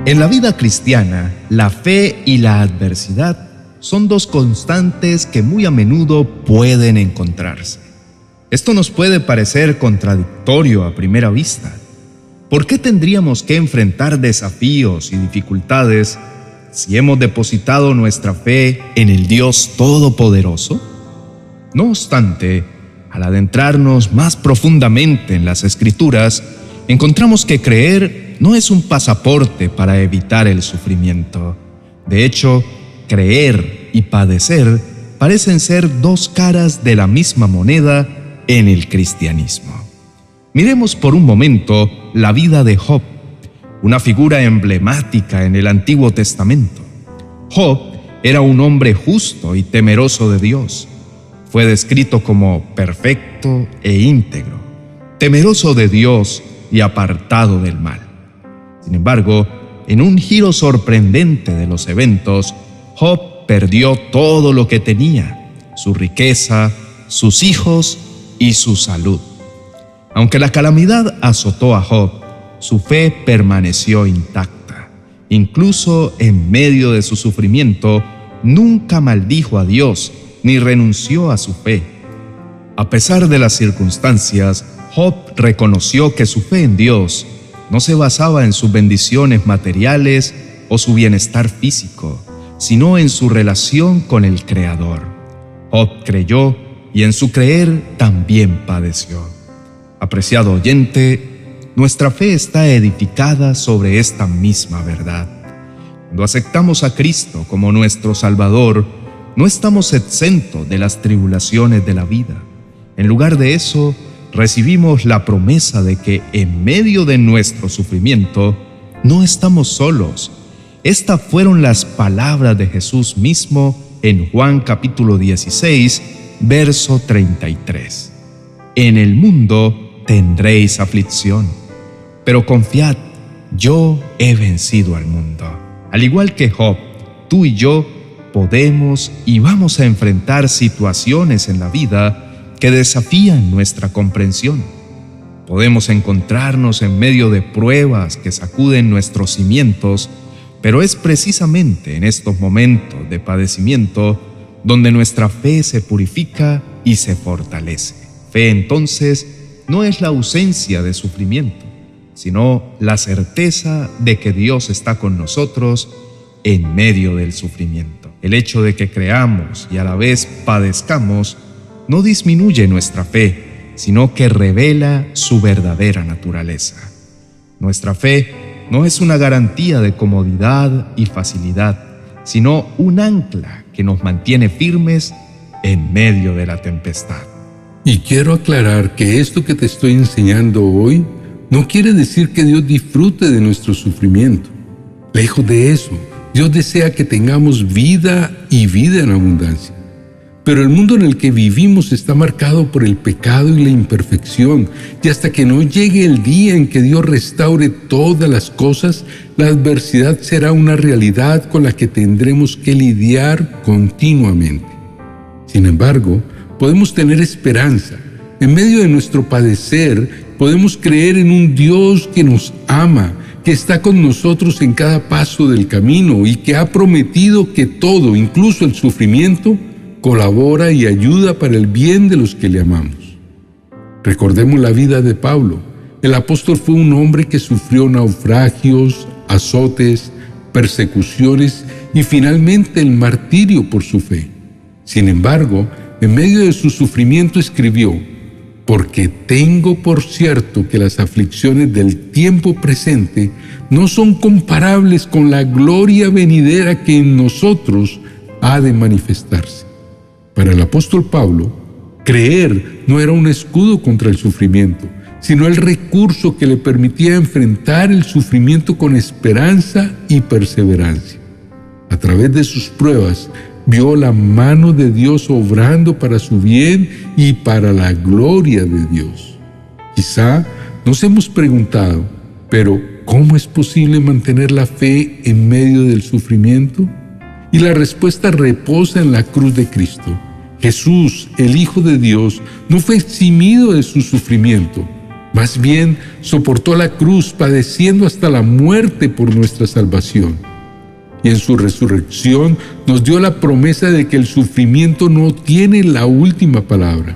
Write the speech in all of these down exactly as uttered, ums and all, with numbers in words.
En la vida cristiana, la fe y la adversidad son dos constantes que muy a menudo pueden encontrarse. Esto nos puede parecer contradictorio a primera vista. ¿Por qué tendríamos que enfrentar desafíos y dificultades si hemos depositado nuestra fe en el Dios Todopoderoso? No obstante, al adentrarnos más profundamente en las Escrituras, encontramos que creer no es un pasaporte para evitar el sufrimiento. De hecho, creer y padecer parecen ser dos caras de la misma moneda en el cristianismo. Miremos por un momento la vida de Job, una figura emblemática en el Antiguo Testamento. Job era un hombre justo y temeroso de Dios. Fue descrito como perfecto e íntegro, temeroso de Dios y apartado del mal. Sin embargo, en un giro sorprendente de los eventos, Job perdió todo lo que tenía: su riqueza, sus hijos y su salud. Aunque la calamidad azotó a Job, su fe permaneció intacta. Incluso en medio de su sufrimiento, nunca maldijo a Dios ni renunció a su fe. A pesar de las circunstancias, Job reconoció que su fe en Dios no se basaba en sus bendiciones materiales o su bienestar físico, sino en su relación con el Creador. Job creyó y en su creer también padeció. Apreciado oyente, nuestra fe está edificada sobre esta misma verdad. Cuando aceptamos a Cristo como nuestro Salvador, no estamos exentos de las tribulaciones de la vida. En lugar de eso, recibimos la promesa de que en medio de nuestro sufrimiento no estamos solos. Estas fueron las palabras de Jesús mismo en Juan capítulo dieciséis, verso treinta y tres. En el mundo tendréis aflicción, pero confiad, yo he vencido al mundo. Al igual que Job, tú y yo podemos y vamos a enfrentar situaciones en la vida que desafían nuestra comprensión. Podemos encontrarnos en medio de pruebas que sacuden nuestros cimientos, pero es precisamente en estos momentos de padecimiento donde nuestra fe se purifica y se fortalece. Fe, entonces, no es la ausencia de sufrimiento, sino la certeza de que Dios está con nosotros en medio del sufrimiento. El hecho de que creamos y a la vez padezcamos no disminuye nuestra fe, sino que revela su verdadera naturaleza. Nuestra fe no es una garantía de comodidad y facilidad, sino un ancla que nos mantiene firmes en medio de la tempestad. Y quiero aclarar que esto que te estoy enseñando hoy no quiere decir que Dios disfrute de nuestro sufrimiento. Lejos de eso, Dios desea que tengamos vida y vida en abundancia. Pero el mundo en el que vivimos está marcado por el pecado y la imperfección, y hasta que no llegue el día en que Dios restaure todas las cosas, la adversidad será una realidad con la que tendremos que lidiar continuamente. Sin embargo, podemos tener esperanza. En medio de nuestro padecer, podemos creer en un Dios que nos ama, que está con nosotros en cada paso del camino y que ha prometido que todo, incluso el sufrimiento, colabora y ayuda para el bien de los que le amamos. Recordemos la vida de Pablo. El apóstol fue un hombre que sufrió naufragios, azotes, persecuciones y finalmente el martirio por su fe. Sin embargo, en medio de su sufrimiento escribió: porque tengo por cierto que las aflicciones del tiempo presente no son comparables con la gloria venidera que en nosotros ha de manifestarse. Para el apóstol Pablo, creer no era un escudo contra el sufrimiento, sino el recurso que le permitía enfrentar el sufrimiento con esperanza y perseverancia. A través de sus pruebas, vio la mano de Dios obrando para su bien y para la gloria de Dios. Quizá nos hemos preguntado, pero ¿cómo es posible mantener la fe en medio del sufrimiento? Y la respuesta reposa en la cruz de Cristo. Jesús, el Hijo de Dios, no fue eximido de su sufrimiento. Más bien, soportó la cruz, padeciendo hasta la muerte por nuestra salvación. Y en su resurrección nos dio la promesa de que el sufrimiento no tiene la última palabra.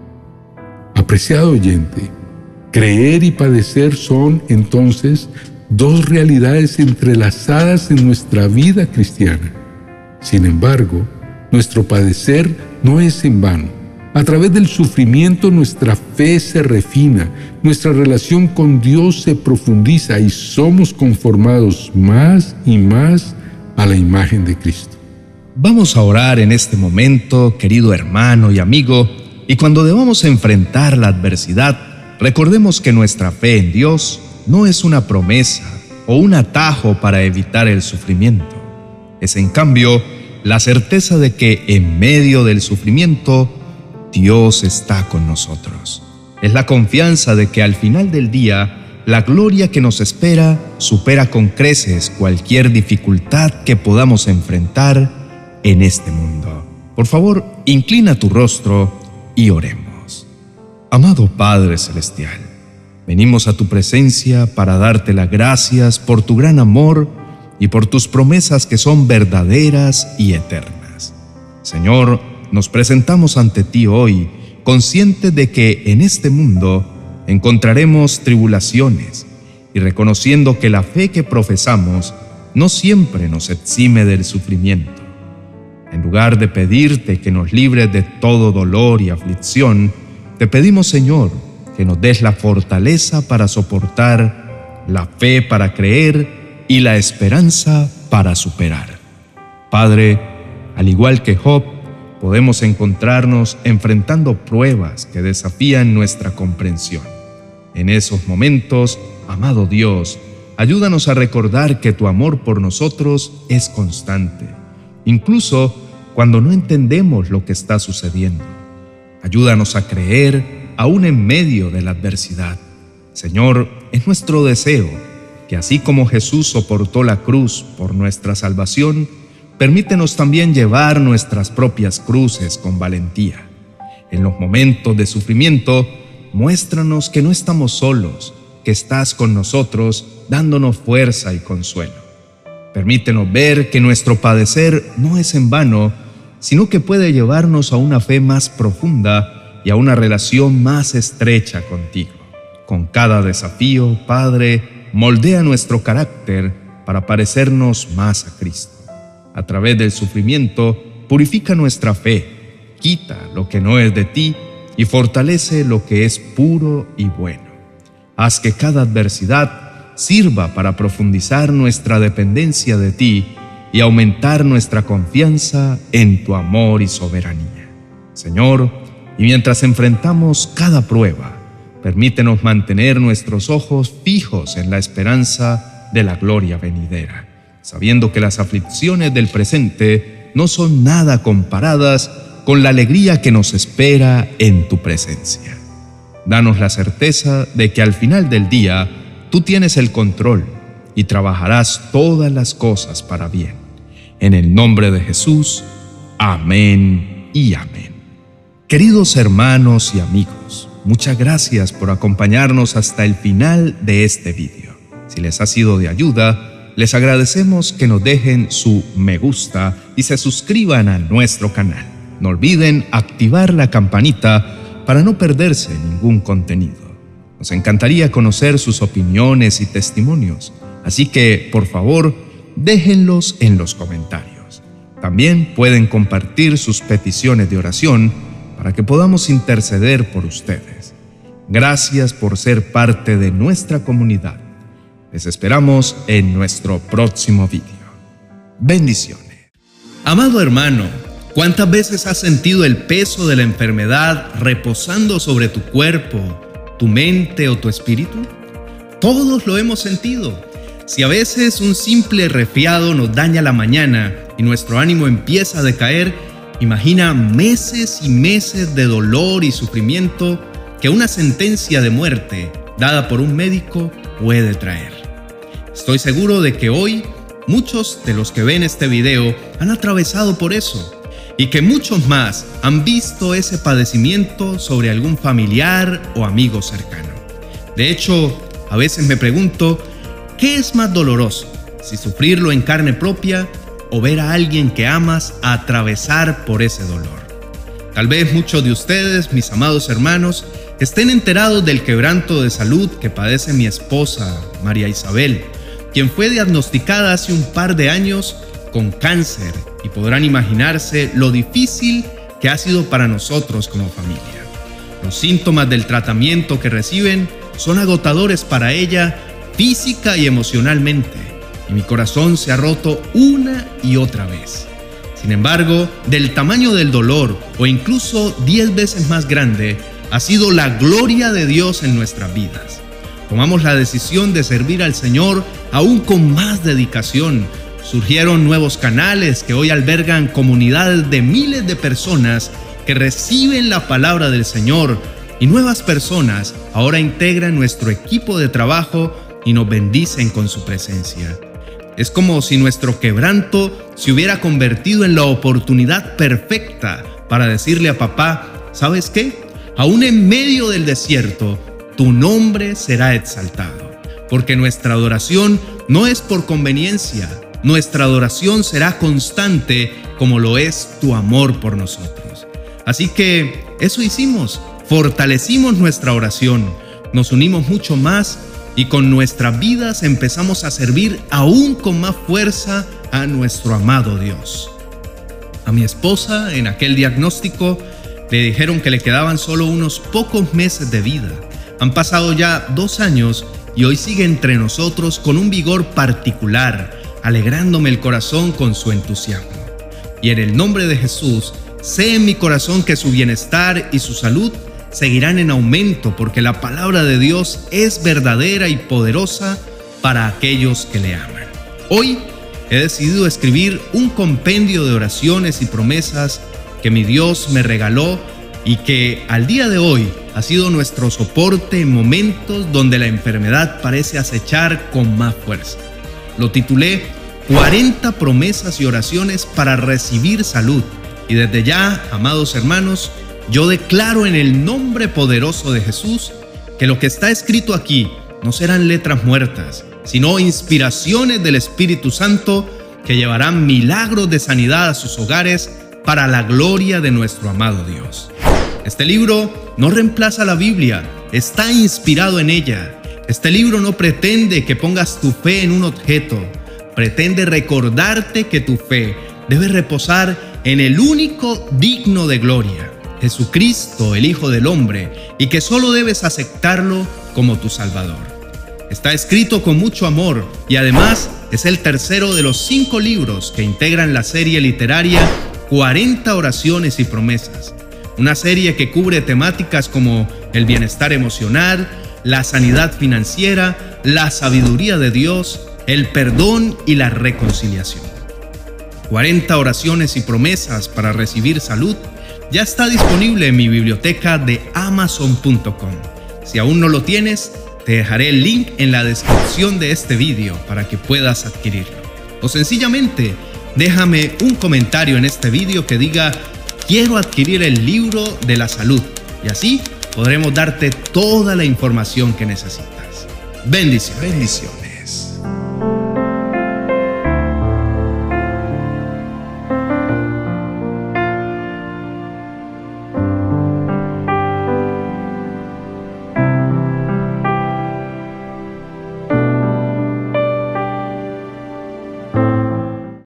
Apreciado oyente, creer y padecer son, entonces, dos realidades entrelazadas en nuestra vida cristiana. Sin embargo, nuestro padecer no es en vano. A través del sufrimiento nuestra fe se refina, nuestra relación con Dios se profundiza y somos conformados más y más a la imagen de Cristo. Vamos a orar en este momento, querido hermano y amigo, y cuando debamos enfrentar la adversidad, recordemos que nuestra fe en Dios no es una promesa o un atajo para evitar el sufrimiento. Es en cambio la certeza de que en medio del sufrimiento Dios está con nosotros. Es la confianza de que al final del día la gloria que nos espera supera con creces cualquier dificultad que podamos enfrentar en este mundo. Por favor, inclina tu rostro y oremos. Amado Padre Celestial, venimos a tu presencia para darte las gracias por tu gran amor y por tus promesas que son verdaderas y eternas. Señor, nos presentamos ante ti hoy, conscientes de que en este mundo encontraremos tribulaciones y reconociendo que la fe que profesamos no siempre nos exime del sufrimiento. En lugar de pedirte que nos libres de todo dolor y aflicción, te pedimos, Señor, que nos des la fortaleza para soportar, la fe para creer y la esperanza para superar. Padre, al igual que Job, podemos encontrarnos enfrentando pruebas que desafían nuestra comprensión. En esos momentos, amado Dios, ayúdanos a recordar que tu amor por nosotros es constante, incluso cuando no entendemos lo que está sucediendo. Ayúdanos a creer aún en medio de la adversidad. Señor, es nuestro deseo que así como Jesús soportó la cruz por nuestra salvación, permítenos también llevar nuestras propias cruces con valentía. En los momentos de sufrimiento, muéstranos que no estamos solos, que estás con nosotros, dándonos fuerza y consuelo. Permítenos ver que nuestro padecer no es en vano, sino que puede llevarnos a una fe más profunda y a una relación más estrecha contigo. Con cada desafío, Padre, moldea nuestro carácter para parecernos más a Cristo. A través del sufrimiento, purifica nuestra fe, quita lo que no es de ti y fortalece lo que es puro y bueno. Haz que cada adversidad sirva para profundizar nuestra dependencia de ti y aumentar nuestra confianza en tu amor y soberanía. Señor, y mientras enfrentamos cada prueba, permítenos mantener nuestros ojos fijos en la esperanza de la gloria venidera, sabiendo que las aflicciones del presente no son nada comparadas con la alegría que nos espera en tu presencia. Danos la certeza de que al final del día tú tienes el control y trabajarás todas las cosas para bien. En el nombre de Jesús, amén y amén. Queridos hermanos y amigos, muchas gracias por acompañarnos hasta el final de este video. Si les ha sido de ayuda, les agradecemos que nos dejen su me gusta y se suscriban a nuestro canal. No olviden activar la campanita para no perderse ningún contenido. Nos encantaría conocer sus opiniones y testimonios, así que, por favor, déjenlos en los comentarios. También pueden compartir sus peticiones de oración para que podamos interceder por ustedes. Gracias por ser parte de nuestra comunidad. Les esperamos en nuestro próximo video. Bendiciones. Amado hermano, ¿cuántas veces has sentido el peso de la enfermedad reposando sobre tu cuerpo, tu mente o tu espíritu? Todos lo hemos sentido. Si a veces un simple resfriado nos daña la mañana y nuestro ánimo empieza a decaer, imagina meses y meses de dolor y sufrimiento que una sentencia de muerte dada por un médico puede traer. Estoy seguro de que hoy muchos de los que ven este video han atravesado por eso y que muchos más han visto ese padecimiento sobre algún familiar o amigo cercano. De hecho, a veces me pregunto, ¿qué es más doloroso? Si sufrirlo en carne propia o ver a alguien que amas atravesar por ese dolor. Tal vez muchos de ustedes, mis amados hermanos, estén enterados del quebranto de salud que padece mi esposa, María Isabel, quien fue diagnosticada hace un par de años con cáncer, y podrán imaginarse lo difícil que ha sido para nosotros como familia. Los síntomas del tratamiento que reciben son agotadores para ella física y emocionalmente, y mi corazón se ha roto una y otra vez. Sin embargo, del tamaño del dolor, o incluso diez veces más grande, ha sido la gloria de Dios en nuestras vidas. Tomamos la decisión de servir al Señor aún con más dedicación. Surgieron nuevos canales que hoy albergan comunidades de miles de personas que reciben la palabra del Señor, y nuevas personas ahora integran nuestro equipo de trabajo y nos bendicen con su presencia. Es como si nuestro quebranto se hubiera convertido en la oportunidad perfecta para decirle a papá, ¿sabes qué? Aún en medio del desierto, tu nombre será exaltado, porque nuestra adoración no es por conveniencia, nuestra adoración será constante como lo es tu amor por nosotros. Así que eso hicimos, fortalecimos nuestra oración, nos unimos mucho más y con nuestras vidas empezamos a servir aún con más fuerza a nuestro amado Dios. A mi esposa, en aquel diagnóstico, le dijeron que le quedaban solo unos pocos meses de vida. Han pasado ya dos años y hoy sigue entre nosotros con un vigor particular, alegrándome el corazón con su entusiasmo. Y en el nombre de Jesús, sé en mi corazón que su bienestar y su salud seguirán en aumento, porque la palabra de Dios es verdadera y poderosa para aquellos que le aman. Hoy he decidido escribir un compendio de oraciones y promesas que mi Dios me regaló y que al día de hoy ha sido nuestro soporte en momentos donde la enfermedad parece acechar con más fuerza. Lo titulé cuarenta promesas y oraciones para recibir salud. Y desde ya, amados hermanos, yo declaro en el nombre poderoso de Jesús que lo que está escrito aquí no serán letras muertas, sino inspiraciones del Espíritu Santo que llevarán milagros de sanidad a sus hogares para la gloria de nuestro amado Dios. Este libro no reemplaza la Biblia, está inspirado en ella. Este libro no pretende que pongas tu fe en un objeto, pretende recordarte que tu fe debe reposar en el único digno de gloria, Jesucristo, el Hijo del Hombre, y que solo debes aceptarlo como tu Salvador. Está escrito con mucho amor y además es el tercero de los cinco libros que integran la serie literaria cuarenta oraciones y promesas, una serie que cubre temáticas como el bienestar emocional, la sanidad financiera, la sabiduría de Dios, el perdón y la reconciliación. cuarenta oraciones y promesas para recibir salud ya está disponible en mi biblioteca de amazon punto com. Si aún no lo tienes, te dejaré el link en la descripción de este video para que puedas adquirirlo. O sencillamente, déjame un comentario en este video que diga quiero adquirir el libro de la salud, y así podremos darte toda la información que necesitas. Bendiciones. Bendiciones.